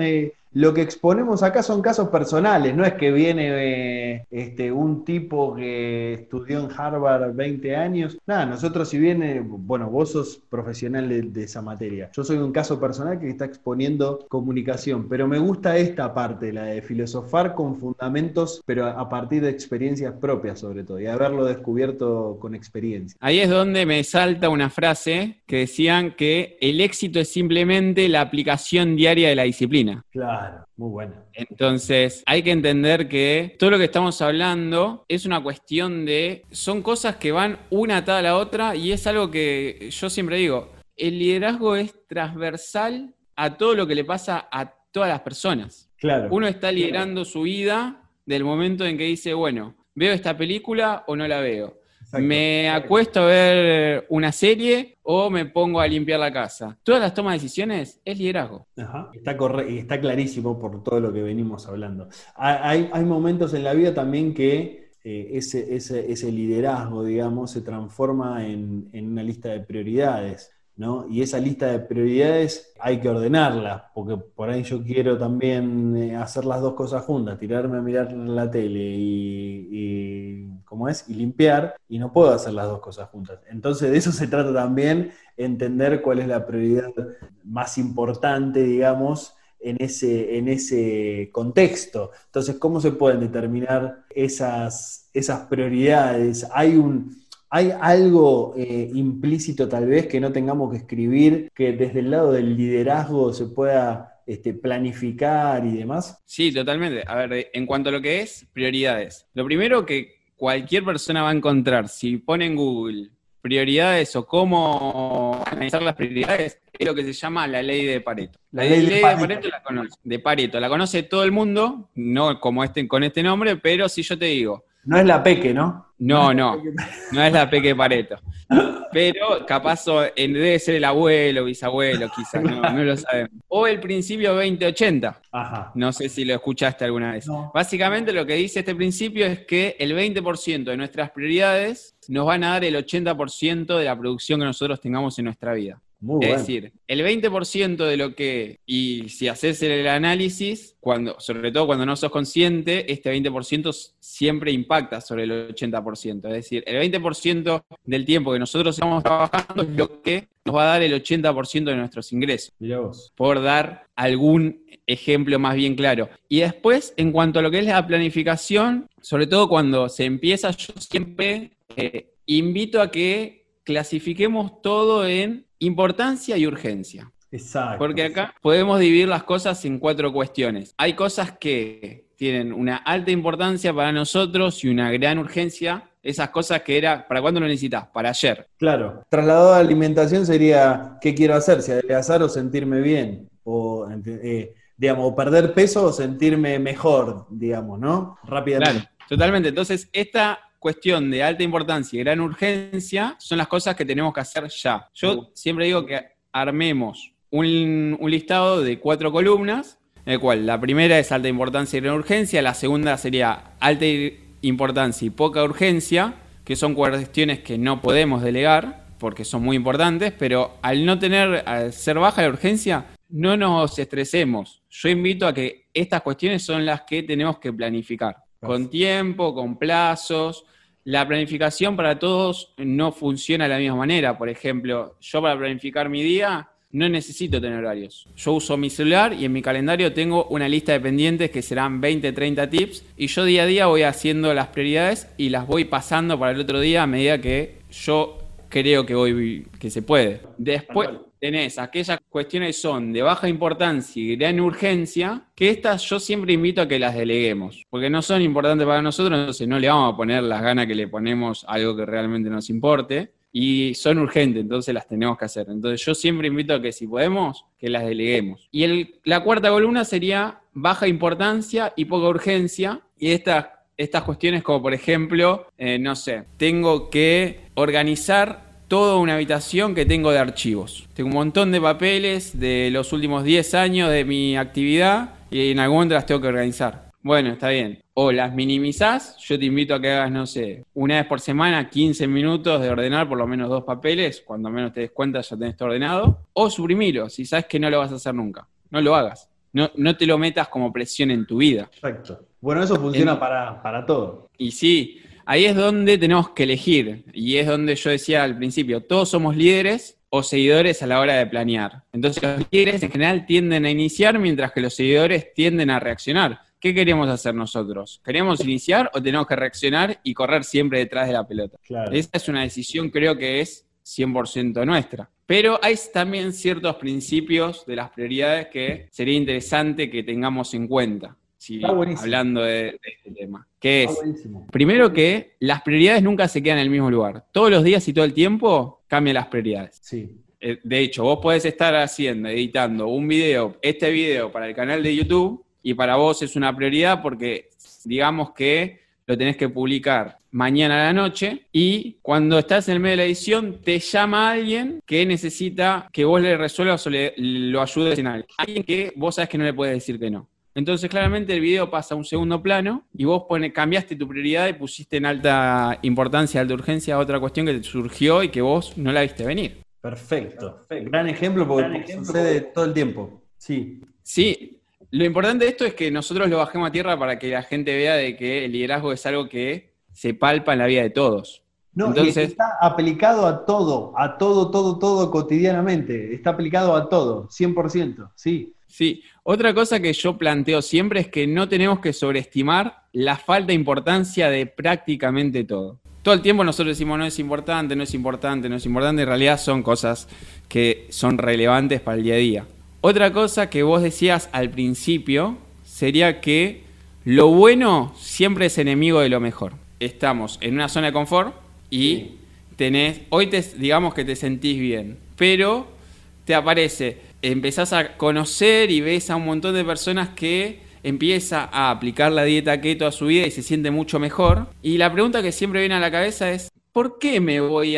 Speaker 3: lo que exponemos acá son casos personales, no es que viene eh, este, un tipo que estudió en Harvard veinte años. Nada, nosotros si viene, bueno, vos sos profesional de, de esa materia. Yo soy un caso personal que está exponiendo comunicación, pero me gusta esta parte, la de filosofar con fundamentos, pero a partir de experiencias propias sobre todo, y haberlo descubierto con experiencia.
Speaker 2: Ahí es donde me salta una frase que decían que el éxito es simplemente la aplicación diaria de la disciplina.
Speaker 3: Claro, muy buena.
Speaker 2: Entonces, hay que entender que todo lo que estamos hablando es una cuestión de... Son cosas que van una atada a la otra y es algo que yo siempre digo, el liderazgo es transversal a todo lo que le pasa a todas las personas.
Speaker 3: Claro.
Speaker 2: Uno está liderando
Speaker 3: claro.
Speaker 2: su vida del momento en que dice, bueno, ¿veo esta película o no la veo?
Speaker 3: Exacto.
Speaker 2: ¿Me acuesto a ver una serie o me pongo a limpiar la casa? Todas las tomas de decisiones es liderazgo.
Speaker 3: Ajá. Está corre- está clarísimo por todo lo que venimos hablando. Hay, hay momentos en la vida también que eh, ese, ese, ese liderazgo, digamos, se transforma en, en una lista de prioridades, ¿no? Y esa lista de prioridades hay que ordenarla, porque por ahí yo quiero también eh, hacer las dos cosas juntas, tirarme a mirar la tele y, y ¿cómo es? Y limpiar, y no puedo hacer las dos cosas juntas. Entonces de eso se trata también, entender cuál es la prioridad más importante, digamos, en ese, en ese contexto. Entonces, ¿cómo se pueden determinar esas, esas prioridades? Hay un... ¿Hay algo eh, implícito tal vez que no tengamos que escribir, que desde el lado del liderazgo se pueda este, planificar y demás?
Speaker 2: Sí, totalmente. A ver, en cuanto a lo que es prioridades. Lo primero que cualquier persona va a encontrar, si pone en Google prioridades o cómo analizar las prioridades, es lo que se llama la ley de Pareto. La, la ley, ley de, Pareto. de Pareto la conoce, de Pareto, la conoce todo el mundo, no como este, con este nombre, pero si yo te digo...
Speaker 3: No es la Peque, ¿no?
Speaker 2: No, no, no es la Peque Pareto. Pero capaz debe ser el abuelo, bisabuelo, quizás, no, no lo sabemos. O el principio veinte ochenta.
Speaker 3: Ajá.
Speaker 2: No sé si lo escuchaste alguna vez. No. Básicamente lo que dice este principio es que el veinte por ciento de nuestras prioridades nos van a dar el ochenta por ciento de la producción que nosotros tengamos en nuestra vida.
Speaker 3: Muy
Speaker 2: es
Speaker 3: bueno.
Speaker 2: decir, el veinte por ciento de lo que, y si haces el análisis, cuando, sobre todo cuando no sos consciente, este veinte por ciento siempre impacta sobre el ochenta por ciento. Es decir, el veinte por ciento del tiempo que nosotros estamos trabajando es lo que nos va a dar el ochenta por ciento de nuestros ingresos.
Speaker 3: Mirá vos.
Speaker 2: Por dar algún ejemplo más bien claro. Y después, en cuanto a lo que es la planificación, sobre todo cuando se empieza, yo siempre eh, invito a que clasifiquemos todo en importancia y urgencia.
Speaker 3: Exacto.
Speaker 2: Porque acá podemos dividir las cosas en cuatro cuestiones. Hay cosas que tienen una alta importancia para nosotros y una gran urgencia. Esas cosas que era, ¿para cuándo lo necesitas? Para ayer.
Speaker 3: Claro. Trasladado a alimentación sería, ¿qué quiero hacer? Si adelgazar o sentirme bien. O, eh, digamos, o perder peso o sentirme mejor, digamos, ¿no? Rápidamente.
Speaker 2: Claro, totalmente. Entonces, esta cuestión de alta importancia y gran urgencia son las cosas que tenemos que hacer ya. Yo uh. siempre digo que armemos un, un listado de cuatro columnas, en el cual la primera es alta importancia y gran urgencia, la segunda sería alta importancia y poca urgencia, que son cuestiones que no podemos delegar porque son muy importantes, pero al no tener, al ser baja la urgencia, no nos estresemos. Yo invito a que estas cuestiones son las que tenemos que planificar. Con tiempo, con plazos. La planificación para todos no funciona de la misma manera. Por ejemplo, yo para planificar mi día no necesito tener horarios. Yo uso mi celular y en mi calendario tengo una lista de pendientes que serán veinte, treinta tips y yo día a día voy haciendo las prioridades y las voy pasando para el otro día a medida que yo creo que, voy, que se puede. Después tenés aquellas cuestiones que son de baja importancia y gran urgencia, que estas yo siempre invito a que las deleguemos, porque no son importantes para nosotros, entonces no le vamos a poner las ganas que le ponemos a algo que realmente nos importe, y son urgentes, entonces las tenemos que hacer. Entonces yo siempre invito a que si podemos, que las deleguemos. Y el, la cuarta columna sería baja importancia y poca urgencia, y estas, estas cuestiones como por ejemplo, eh, no sé, tengo que organizar toda una habitación que tengo de archivos. Tengo un montón de papeles de los últimos diez años de mi actividad y en algún momento las tengo que organizar. Bueno, está bien. O las minimizás, yo te invito a que hagas, no sé, una vez por semana, quince minutos de ordenar por lo menos dos papeles, cuando menos te des cuenta ya tenés todo ordenado. O suprimilo, si sabes que no lo vas a hacer nunca. No lo hagas. No, no te lo metas como presión en tu vida.
Speaker 3: Perfecto. Bueno, eso funciona
Speaker 2: En-
Speaker 3: para, para todo.
Speaker 2: Y sí, ahí es donde tenemos que elegir. Y es donde yo decía al principio, todos somos líderes o seguidores a la hora de planear. Entonces los líderes en general tienden a iniciar mientras que los seguidores tienden a reaccionar. ¿Qué queremos hacer nosotros? ¿Queremos iniciar o tenemos que reaccionar y correr siempre detrás de la pelota?
Speaker 3: Claro.
Speaker 2: Esa es una decisión, creo que es cien por ciento nuestra. Pero hay también ciertos principios de las prioridades que sería interesante que tengamos en cuenta, si,
Speaker 3: Está buenísimo.
Speaker 2: hablando de, de este tema. Que
Speaker 3: Está
Speaker 2: es,
Speaker 3: buenísimo.
Speaker 2: primero que las prioridades nunca se quedan en el mismo lugar. Todos los días y todo el tiempo cambian las prioridades.
Speaker 3: Sí.
Speaker 2: Eh, De hecho, vos podés estar haciendo, editando un video, este video para el canal de YouTube, y para vos es una prioridad porque digamos que lo tenés que publicar mañana a la noche, y cuando estás en el medio de la edición te llama alguien que necesita que vos le resuelvas o le, lo ayudes en algo. Alguien que vos sabés que no le puedes decir que no. Entonces claramente el video pasa a un segundo plano y vos pone, cambiaste tu prioridad y pusiste en alta importancia, alta urgencia otra cuestión que te surgió y que vos no la viste venir.
Speaker 3: Perfecto. Gran ejemplo porque
Speaker 2: Gran ejemplo.
Speaker 3: sucede todo el tiempo. Sí.
Speaker 2: Sí, lo importante de esto es que nosotros lo bajemos a tierra para que la gente vea de que el liderazgo es algo que se palpa en la vida de todos.
Speaker 3: No,
Speaker 2: Entonces,
Speaker 3: y está aplicado a todo, a todo, todo, todo cotidianamente. Está aplicado a todo, cien por ciento, sí.
Speaker 2: sí, otra cosa que yo planteo siempre es que no tenemos que sobreestimar la falta de importancia de prácticamente todo. Todo el tiempo nosotros decimos no es importante, no es importante, no es importante. En realidad son cosas que son relevantes para el día a día. Otra cosa que vos decías al principio sería que lo bueno siempre es enemigo de lo mejor. Estamos en una zona de confort y tenés, hoy te, digamos que te sentís bien, pero te aparece, empezás a conocer y ves a un montón de personas que empieza a aplicar la dieta keto a su vida y se siente mucho mejor. Y la pregunta que siempre viene a la cabeza es, ¿por qué me voy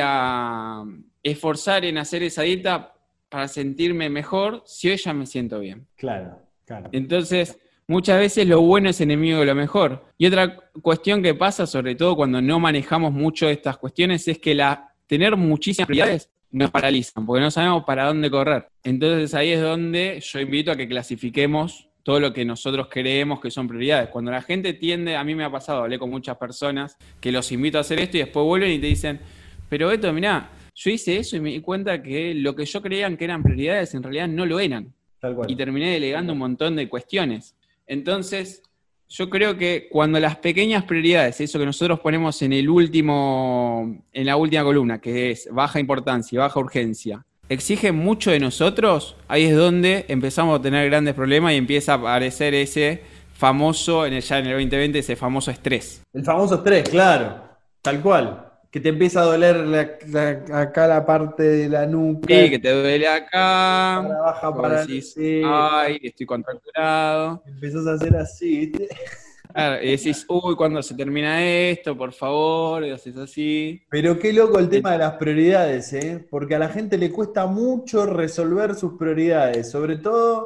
Speaker 2: a esforzar en hacer esa dieta para sentirme mejor si hoy ya me siento bien?
Speaker 3: Claro, claro.
Speaker 2: Entonces, muchas veces lo bueno es enemigo de lo mejor. Y otra cuestión que pasa, sobre todo cuando no manejamos mucho estas cuestiones, es que la, tener muchísimas prioridades nos paralizan, porque no sabemos para dónde correr. Entonces ahí es donde yo invito a que clasifiquemos todo lo que nosotros creemos que son prioridades. Cuando la gente tiende, a mí me ha pasado, hablé con muchas personas que los invito a hacer esto y después vuelven y te dicen, pero Beto, mirá, yo hice eso y me di cuenta que lo que yo creía que eran prioridades en realidad no lo eran.
Speaker 3: Tal cual.
Speaker 2: Y terminé delegando un montón de cuestiones. Entonces, yo creo que cuando las pequeñas prioridades, eso que nosotros ponemos en el último, en la última columna, que es baja importancia y baja urgencia, exigen mucho de nosotros, ahí es donde empezamos a tener grandes problemas y empieza a aparecer ese famoso, en el, ya en el veinte veinte, ese famoso estrés.
Speaker 3: El famoso estrés, claro, tal cual. Que te empieza a doler la, la, acá la parte de la nuca.
Speaker 2: Sí, que te duele acá.
Speaker 3: Para baja, para
Speaker 2: decís,
Speaker 3: sí.
Speaker 2: ay, estoy contracturado.
Speaker 3: Empezás a hacer así, ¿viste?
Speaker 2: Claro, y decís, uy, ¿cuándo se termina esto? Por favor, y haces así.
Speaker 3: Pero qué loco el tema de las prioridades, ¿eh? Porque a la gente le cuesta mucho resolver sus prioridades, sobre todo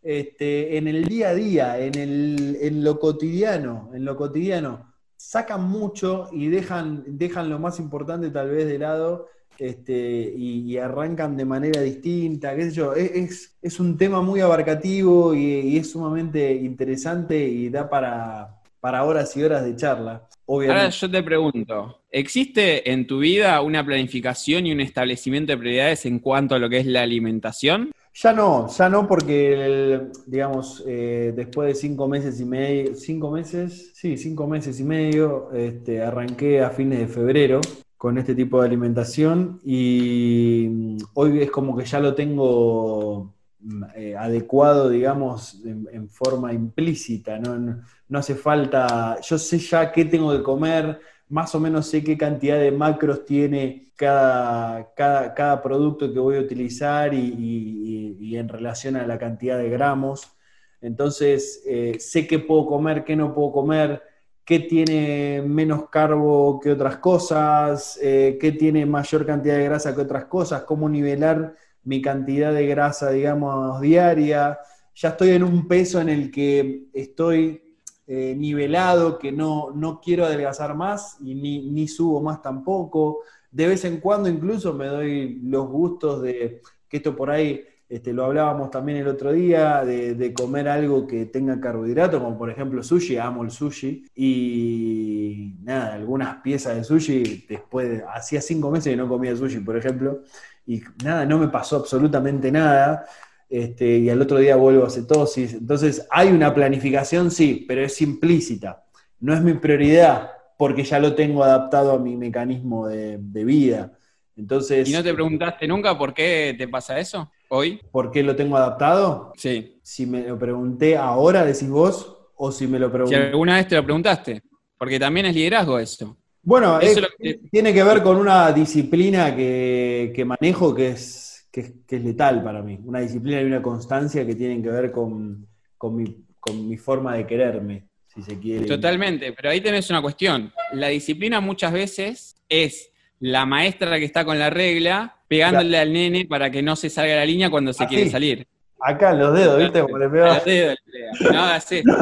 Speaker 3: este, en el día a día, en, el, en lo cotidiano, en lo cotidiano. Sacan mucho y dejan, dejan lo más importante tal vez de lado este, y, y arrancan de manera distinta, qué sé yo. Es, es, es un tema muy abarcativo y, y es sumamente interesante y da para, para horas y horas de charla, obviamente.
Speaker 2: Ahora yo te pregunto, ¿existe en tu vida una planificación y un establecimiento de prioridades en cuanto a lo que es la alimentación?
Speaker 3: Ya no, ya no porque, el, digamos, eh, después de cinco meses y medio, cinco meses, sí, cinco meses y medio, este, arranqué a fines de febrero con este tipo de alimentación y hoy es como que ya lo tengo eh, adecuado, digamos, en, en forma implícita, ¿no? No, no hace falta, yo sé ya qué tengo que comer, más o menos sé qué cantidad de macros tiene cada, cada, cada producto que voy a utilizar y, y, y en relación a la cantidad de gramos. Entonces, eh, sé qué puedo comer, qué no puedo comer, qué tiene menos carbo que otras cosas, eh, qué tiene mayor cantidad de grasa que otras cosas, cómo nivelar mi cantidad de grasa, digamos, diaria. Ya estoy en un peso en el que estoy eh, nivelado, que no, no quiero adelgazar más y ni, ni subo más tampoco. De vez en cuando incluso me doy los gustos de que esto por ahí Este, lo hablábamos también el otro día, de, de comer algo que tenga carbohidrato, como por ejemplo sushi, amo el sushi, y nada, algunas piezas de sushi, después, de, hacía cinco meses que no comía sushi, por ejemplo, y nada, no me pasó absolutamente nada, este, y al otro día vuelvo a cetosis. Entonces, hay una planificación, sí, pero es implícita, no es mi prioridad, porque ya lo tengo adaptado a mi mecanismo de, de vida. Entonces,
Speaker 2: ¿y no te preguntaste nunca por qué te pasa eso hoy?
Speaker 3: ¿por qué lo tengo adaptado?
Speaker 2: Sí.
Speaker 3: Si me lo pregunté ahora, decís vos, o si me lo
Speaker 2: Si
Speaker 3: pregunté.
Speaker 2: alguna vez te lo preguntaste, porque también es liderazgo eso.
Speaker 3: Bueno,
Speaker 2: Eso
Speaker 3: es,
Speaker 2: es lo que-
Speaker 3: tiene que ver con una disciplina que, que manejo que es, que, es- que es letal para mí. Una disciplina y una constancia que tienen que ver con, con, mi, con mi forma de quererme, si se quiere.
Speaker 2: Totalmente, pero ahí tenés una cuestión. La disciplina muchas veces es la maestra que está con la regla pegándole al nene para que no se salga de la línea cuando se
Speaker 3: Así.
Speaker 2: quiere salir.
Speaker 3: Acá en los dedos, ¿viste? Como le
Speaker 2: A
Speaker 3: pegaba.
Speaker 2: los dedos le pega. No hagas esto.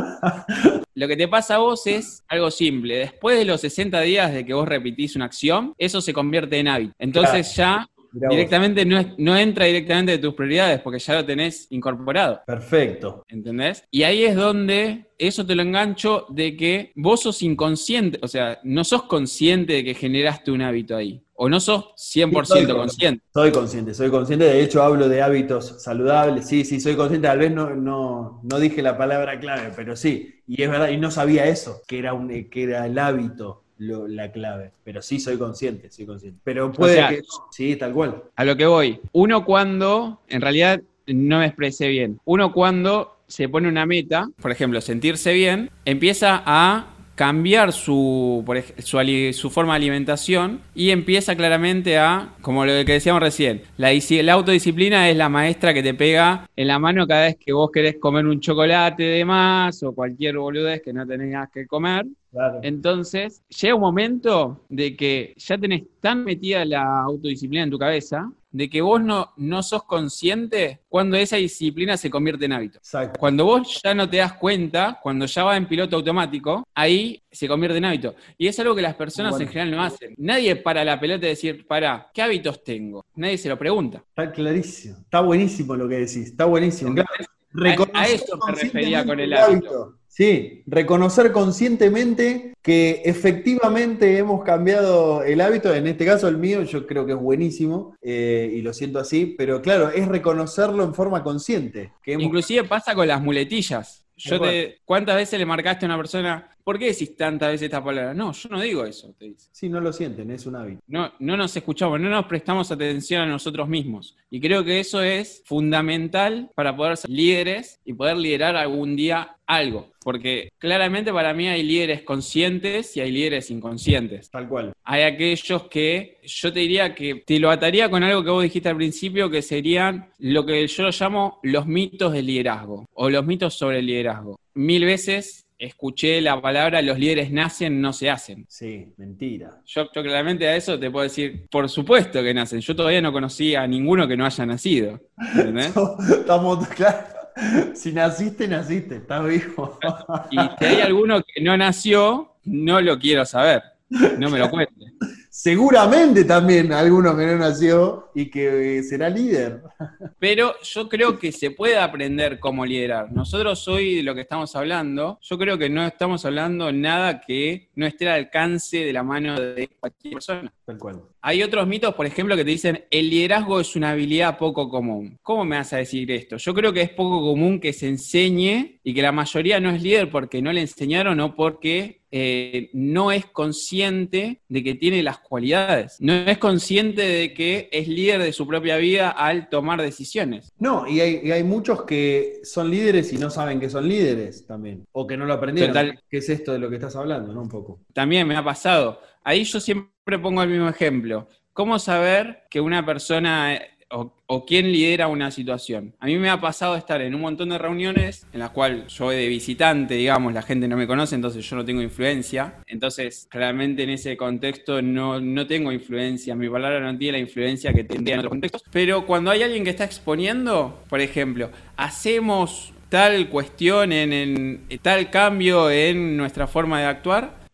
Speaker 2: Lo que te pasa a vos es algo simple. Después de los sesenta días de que vos repetís una acción, eso se convierte en hábito. Entonces ya
Speaker 3: Mirá vos.
Speaker 2: directamente no, es- no entra directamente de tus prioridades porque ya lo tenés incorporado.
Speaker 3: Perfecto.
Speaker 2: ¿Entendés? Y ahí es donde eso te lo engancho de que vos sos inconsciente, o sea, no sos consciente de que generaste un hábito ahí. O no sos cien por ciento
Speaker 3: Sí, soy
Speaker 2: consciente.
Speaker 3: Soy consciente, soy consciente. De hecho, hablo de hábitos saludables. Sí, sí, soy consciente. Tal vez no, no, no dije la palabra clave, pero sí. Y es verdad, y no sabía eso, que era, un, que era el hábito lo- la clave. Pero sí, soy consciente, soy consciente. Pero puede
Speaker 2: O sea,
Speaker 3: que... Sí, tal cual.
Speaker 2: A lo que voy. Uno cuando, en realidad no me expresé bien, uno cuando se pone una meta, por ejemplo, sentirse bien, empieza a cambiar su, por ej- su, ali- su forma de alimentación y empieza claramente a, como lo que decíamos recién, la, disi- la autodisciplina es la maestra que te pega en la mano cada vez que vos querés comer un chocolate de más o cualquier boludez que no tengas que comer.
Speaker 3: Claro.
Speaker 2: Entonces, llega un momento de que ya tenés tan metida la autodisciplina en tu cabeza, de que vos no, no sos consciente cuando esa disciplina se convierte en hábito.
Speaker 3: Exacto.
Speaker 2: Cuando vos ya no te das cuenta, cuando ya va en piloto automático, ahí se convierte en hábito. Y es algo que las personas
Speaker 3: Bueno.
Speaker 2: en general no hacen. Nadie para la pelota y decir, para, ¿qué hábitos tengo? Nadie se lo pregunta.
Speaker 3: Está clarísimo. Está buenísimo lo que decís. Está buenísimo. Claro.
Speaker 2: A, a eso me refería con el
Speaker 3: conscientemente
Speaker 2: hábito.
Speaker 3: Sí, reconocer conscientemente que efectivamente hemos cambiado el hábito, en este caso el mío, yo creo que es buenísimo, eh, y lo siento así, pero claro, es reconocerlo en forma consciente. Que hemos...
Speaker 2: Inclusive pasa con las muletillas. Yo te, ¿cuántas veces le marcaste a una persona, ¿por qué decís tantas veces esta palabra? No, yo no digo eso, te dice.
Speaker 3: Sí, no lo sienten, es un hábito.
Speaker 2: No, no nos escuchamos, no nos prestamos atención a nosotros mismos. Y creo que eso es fundamental para poder ser líderes y poder liderar algún día algo. Porque claramente para mí hay líderes conscientes y hay líderes inconscientes.
Speaker 3: Tal cual.
Speaker 2: Hay aquellos que yo te diría que te lo ataría con algo que vos dijiste al principio, que serían lo que yo lo llamo los mitos del liderazgo o los mitos sobre el liderazgo. Mil veces escuché la palabra los líderes nacen, no se hacen.
Speaker 3: Sí, mentira.
Speaker 2: Yo, yo claramente a eso te puedo decir, por supuesto que nacen. Yo todavía no conocí a ninguno que no haya nacido. ¿Entendés?
Speaker 3: Estamos claros. Si naciste, naciste, estás vivo.
Speaker 2: Y si hay alguno que no nació, no lo quiero saber. No me lo cuente.
Speaker 3: Seguramente también alguno que no nació y que será líder.
Speaker 2: Pero yo creo que se puede aprender cómo liderar. Nosotros hoy de lo que estamos hablando, yo creo que no estamos hablando nada que no esté al alcance de la mano de cualquier persona.
Speaker 3: Tal cual.
Speaker 2: Hay otros mitos, por ejemplo, que te dicen el liderazgo es una habilidad poco común. ¿Cómo me vas a decir esto? Yo creo que es poco común que se enseñe y que la mayoría no es líder porque no le enseñaron o porque eh, no es consciente de que tiene las cualidades. No es consciente de que es líder de su propia vida al tomar decisiones.
Speaker 3: No, y hay, y hay muchos que son líderes y no saben que son líderes también. O que no lo aprendieron.
Speaker 2: Total.
Speaker 3: ¿Qué es esto de lo que estás hablando, no? Un poco.
Speaker 2: También me ha pasado. Ahí yo siempre pongo el mismo ejemplo. ¿Cómo saber que una persona o, o quién lidera una situación? A mí me ha pasado estar en un montón de reuniones en las cuales yo voy de visitante, digamos, la gente no me conoce, entonces yo no tengo influencia. Entonces, claramente en ese contexto no, no tengo influencia. Mi palabra no tiene la influencia que tendría en otros contextos. Pero cuando hay alguien que está exponiendo, por ejemplo, hacemos tal cuestión, en, en tal cambio en nuestra forma de actuar,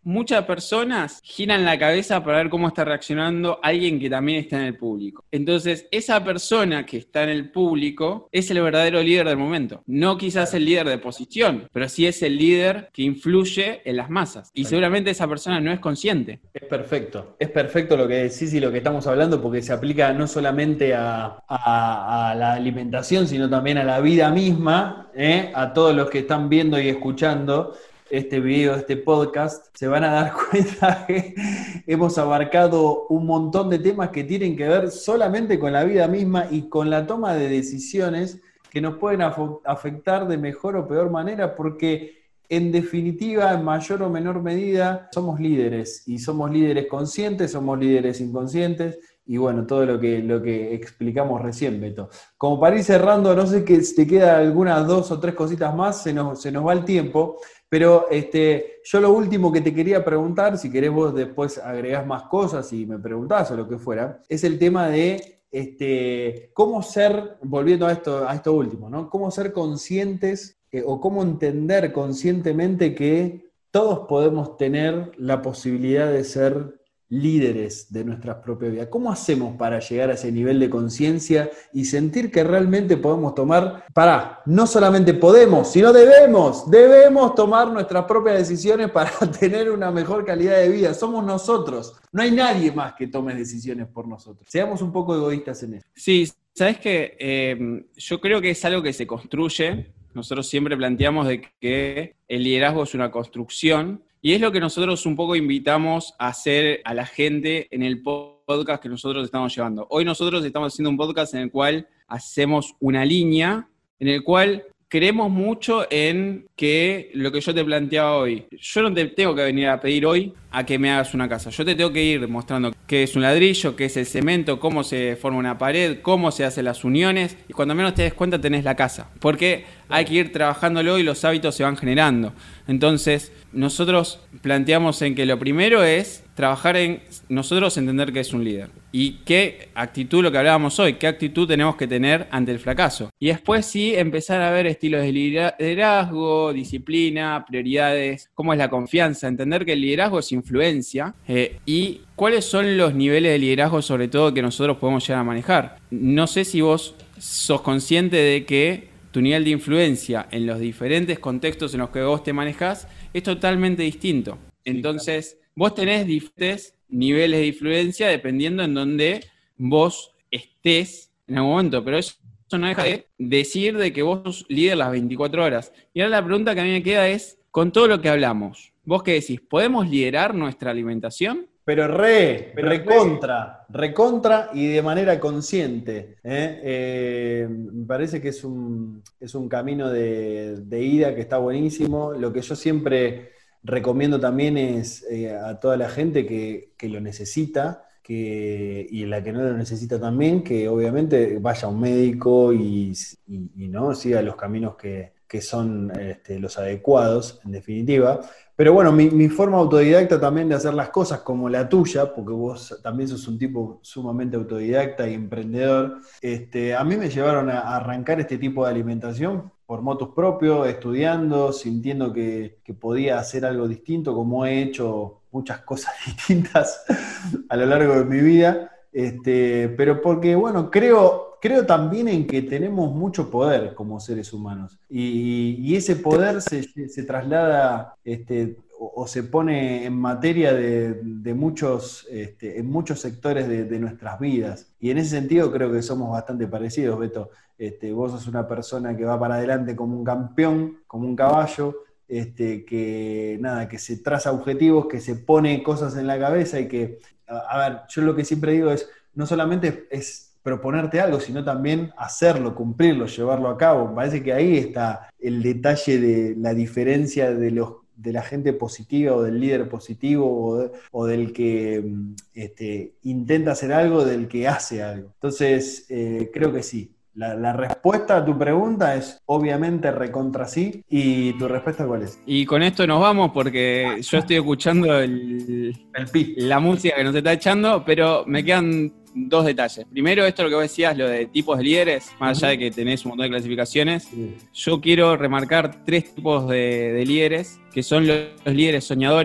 Speaker 2: muchas personas giran la cabeza para ver cómo está reaccionando alguien que también está en el público. Entonces, esa persona que está en el público es el verdadero líder del momento. No quizás el líder de posición, pero sí es el líder que influye en las masas. Y seguramente esa persona no es consciente.
Speaker 3: Es perfecto. Es perfecto lo que decís y lo que estamos hablando, porque se aplica no solamente a, a, a la alimentación, sino también a la vida misma, ¿eh? A todos los que están viendo y escuchando este video, este podcast, se van a dar cuenta que hemos abarcado un montón de temas que tienen que ver solamente con la vida misma y con la toma de decisiones que nos pueden af- afectar de mejor o peor manera, porque en definitiva, en mayor o menor medida, somos líderes, y somos líderes conscientes, somos líderes inconscientes, y bueno, todo lo que, lo que explicamos recién, Beto. Como para ir cerrando, no sé que si te queda algunas dos o tres cositas más, se nos, se nos va el tiempo. Pero este, yo lo último que te quería preguntar, si querés vos después agregás más cosas y me preguntás o lo que fuera, es el tema de este, cómo ser, volviendo a esto, a esto último, ¿no? Cómo ser conscientes eh, o cómo entender conscientemente que todos podemos tener la posibilidad de ser líderes de nuestras propias vidas. ¿Cómo hacemos para llegar a ese nivel de conciencia y sentir que realmente podemos tomar, pará, no solamente podemos, sino debemos, debemos tomar nuestras propias decisiones para tener una mejor calidad de vida? Somos nosotros, no hay nadie más que tome decisiones por nosotros. Seamos un poco egoístas en eso.
Speaker 2: Sí, sabes que eh, yo creo que es algo que se construye. Nosotros siempre planteamos de que el liderazgo es una construcción. Y es lo que nosotros un poco invitamos a hacer a la gente en el podcast que nosotros estamos llevando. Hoy nosotros estamos haciendo un podcast en el cual hacemos una línea, en el cual creemos mucho en que lo que yo te planteaba hoy, yo no te tengo que venir a pedir hoy a que me hagas una casa. Yo te tengo que ir mostrando qué es un ladrillo, qué es el cemento, cómo se forma una pared, cómo se hacen las uniones, y cuando menos te des cuenta tenés la casa. Porque hay que ir trabajándolo y los hábitos se van generando. Entonces, nosotros planteamos en que lo primero es trabajar en nosotros entender que es un líder. Y qué actitud, lo que hablábamos hoy, qué actitud tenemos que tener ante el fracaso. Y después sí empezar a ver estilos de liderazgo, disciplina, prioridades, cómo es la confianza, entender que el liderazgo es influencia eh, y cuáles son los niveles de liderazgo sobre todo que nosotros podemos llegar a manejar. No sé si vos sos consciente de que tu nivel de influencia en los diferentes contextos en los que vos te manejás es totalmente distinto. Entonces, vos tenés diferentes niveles de influencia dependiendo en donde vos estés en algún momento, pero eso no deja de decir de que vos sos líder las veinticuatro horas. Y ahora la pregunta que a mí me queda es, con todo lo que hablamos, ¿vos qué decís? ¿Podemos liderar nuestra alimentación?
Speaker 3: Pero re, Pero recontra, re. recontra y de manera consciente. ¿eh? Eh, me parece que es un, es un camino de, de ida que está buenísimo. Lo que yo siempre recomiendo también es eh, a toda la gente que, que lo necesita, que, y la que no lo necesita también, que obviamente vaya a un médico y, y, y no siga los caminos que, que son este, los adecuados, en definitiva. Pero bueno, mi, mi forma autodidacta también de hacer las cosas, como la tuya, porque vos también sos un tipo sumamente autodidacta y emprendedor, este, a mí me llevaron a arrancar este tipo de alimentación por motus propio, estudiando, sintiendo que, que podía hacer algo distinto, como he hecho muchas cosas distintas a lo largo de mi vida, este, pero porque, bueno, creo, creo también en que tenemos mucho poder como seres humanos, y, y ese poder se, se traslada este, o, o se pone en materia de, de muchos, este, en muchos sectores de, de nuestras vidas, y en ese sentido creo que somos bastante parecidos, Beto. Este, vos sos una persona que va para adelante como un campeón, como un caballo, este, que nada, que se traza objetivos, que se pone cosas en la cabeza y que, a, a ver, yo lo que siempre digo es, no solamente es proponerte algo, sino también hacerlo, cumplirlo, llevarlo a cabo. Me parece que ahí está el detalle de la diferencia de los de la gente positiva o del líder positivo o, de, o del que este, intenta hacer algo, del que hace algo. Entonces, eh, creo que sí. La, la respuesta a tu pregunta es obviamente recontra sí. ¿Y tu respuesta cuál es?
Speaker 2: Y con esto nos vamos porque yo estoy escuchando el,
Speaker 3: el pi.
Speaker 2: la música que nos está echando, pero me quedan dos detalles. Primero, esto lo que vos decías, lo de tipos de líderes, más allá de que tenés un montón de clasificaciones, sí. Yo quiero remarcar tres tipos de, de líderes, que son los, los líderes soñadores,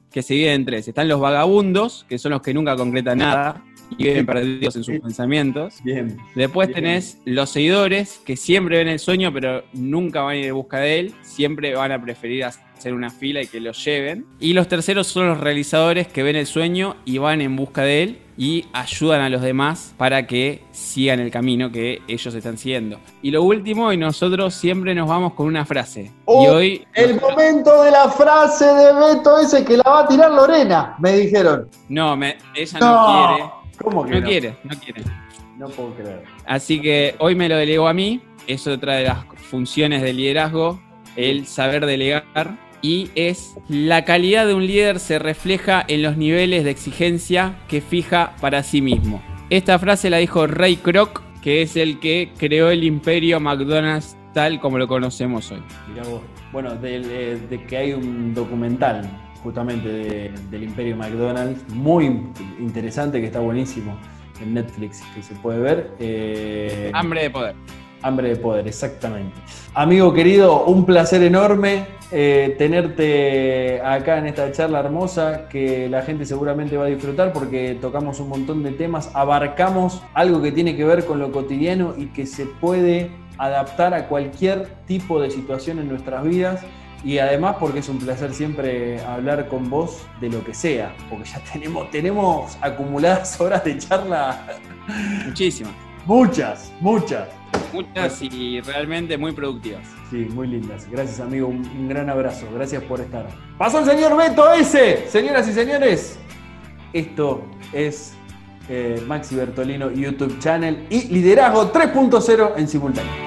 Speaker 2: que se dividen en tres. Están los vagabundos, que son los que nunca concretan nada y viven perdidos en sus pensamientos.
Speaker 3: Bien.
Speaker 2: Después
Speaker 3: Bien.
Speaker 2: tenés los seguidores, que siempre ven el sueño, pero nunca van a ir en busca de él. Siempre van a preferir hacer una fila y que lo lleven. Y los terceros son los realizadores, que ven el sueño y van en busca de él y ayudan a los demás para que sigan el camino que ellos están siguiendo. Y lo último, y nosotros siempre nos vamos con una frase.
Speaker 3: Oh,
Speaker 2: y hoy
Speaker 3: el
Speaker 2: nosotros...
Speaker 3: momento de la frase de Beto ese que la va a tirar Lorena, me dijeron.
Speaker 2: No, me... ella no,
Speaker 3: No,
Speaker 2: quiere.
Speaker 3: ¿cómo que
Speaker 2: no,
Speaker 3: no?
Speaker 2: quiere, no quiere.
Speaker 3: No puedo creer.
Speaker 2: Así que hoy me lo delegó a mí. Es otra de las funciones del liderazgo, el saber delegar. Y es: la calidad de un líder se refleja en los niveles de exigencia que fija para sí mismo. Esta frase la dijo Ray Kroc, que es el que creó el imperio McDonald's tal como lo conocemos hoy.
Speaker 3: Mirá vos. Bueno, de, de, de que hay un documental justamente de, del imperio McDonald's, muy interesante, que está buenísimo en Netflix, que se puede ver. Eh,
Speaker 2: Hambre de poder.
Speaker 3: Hambre de poder, exactamente. Amigo querido, un placer enorme eh, tenerte acá en esta charla hermosa que la gente seguramente va a disfrutar porque tocamos un montón de temas, abarcamos algo que tiene que ver con lo cotidiano y que se puede adaptar a cualquier tipo de situación en nuestras vidas. Y además porque es un placer siempre hablar con vos de lo que sea, porque ya tenemos, tenemos acumuladas horas de charla.
Speaker 2: Muchísimas.
Speaker 3: Muchas, muchas.
Speaker 2: Muchas y realmente muy productivas.
Speaker 3: Sí, muy lindas. Gracias, amigo. Un, un gran abrazo. Gracias por estar. Pasó el señor Beto ese. Señoras y señores, esto es eh, Maxi Bertolino YouTube Channel y Liderazgo tres punto cero en simultáneo.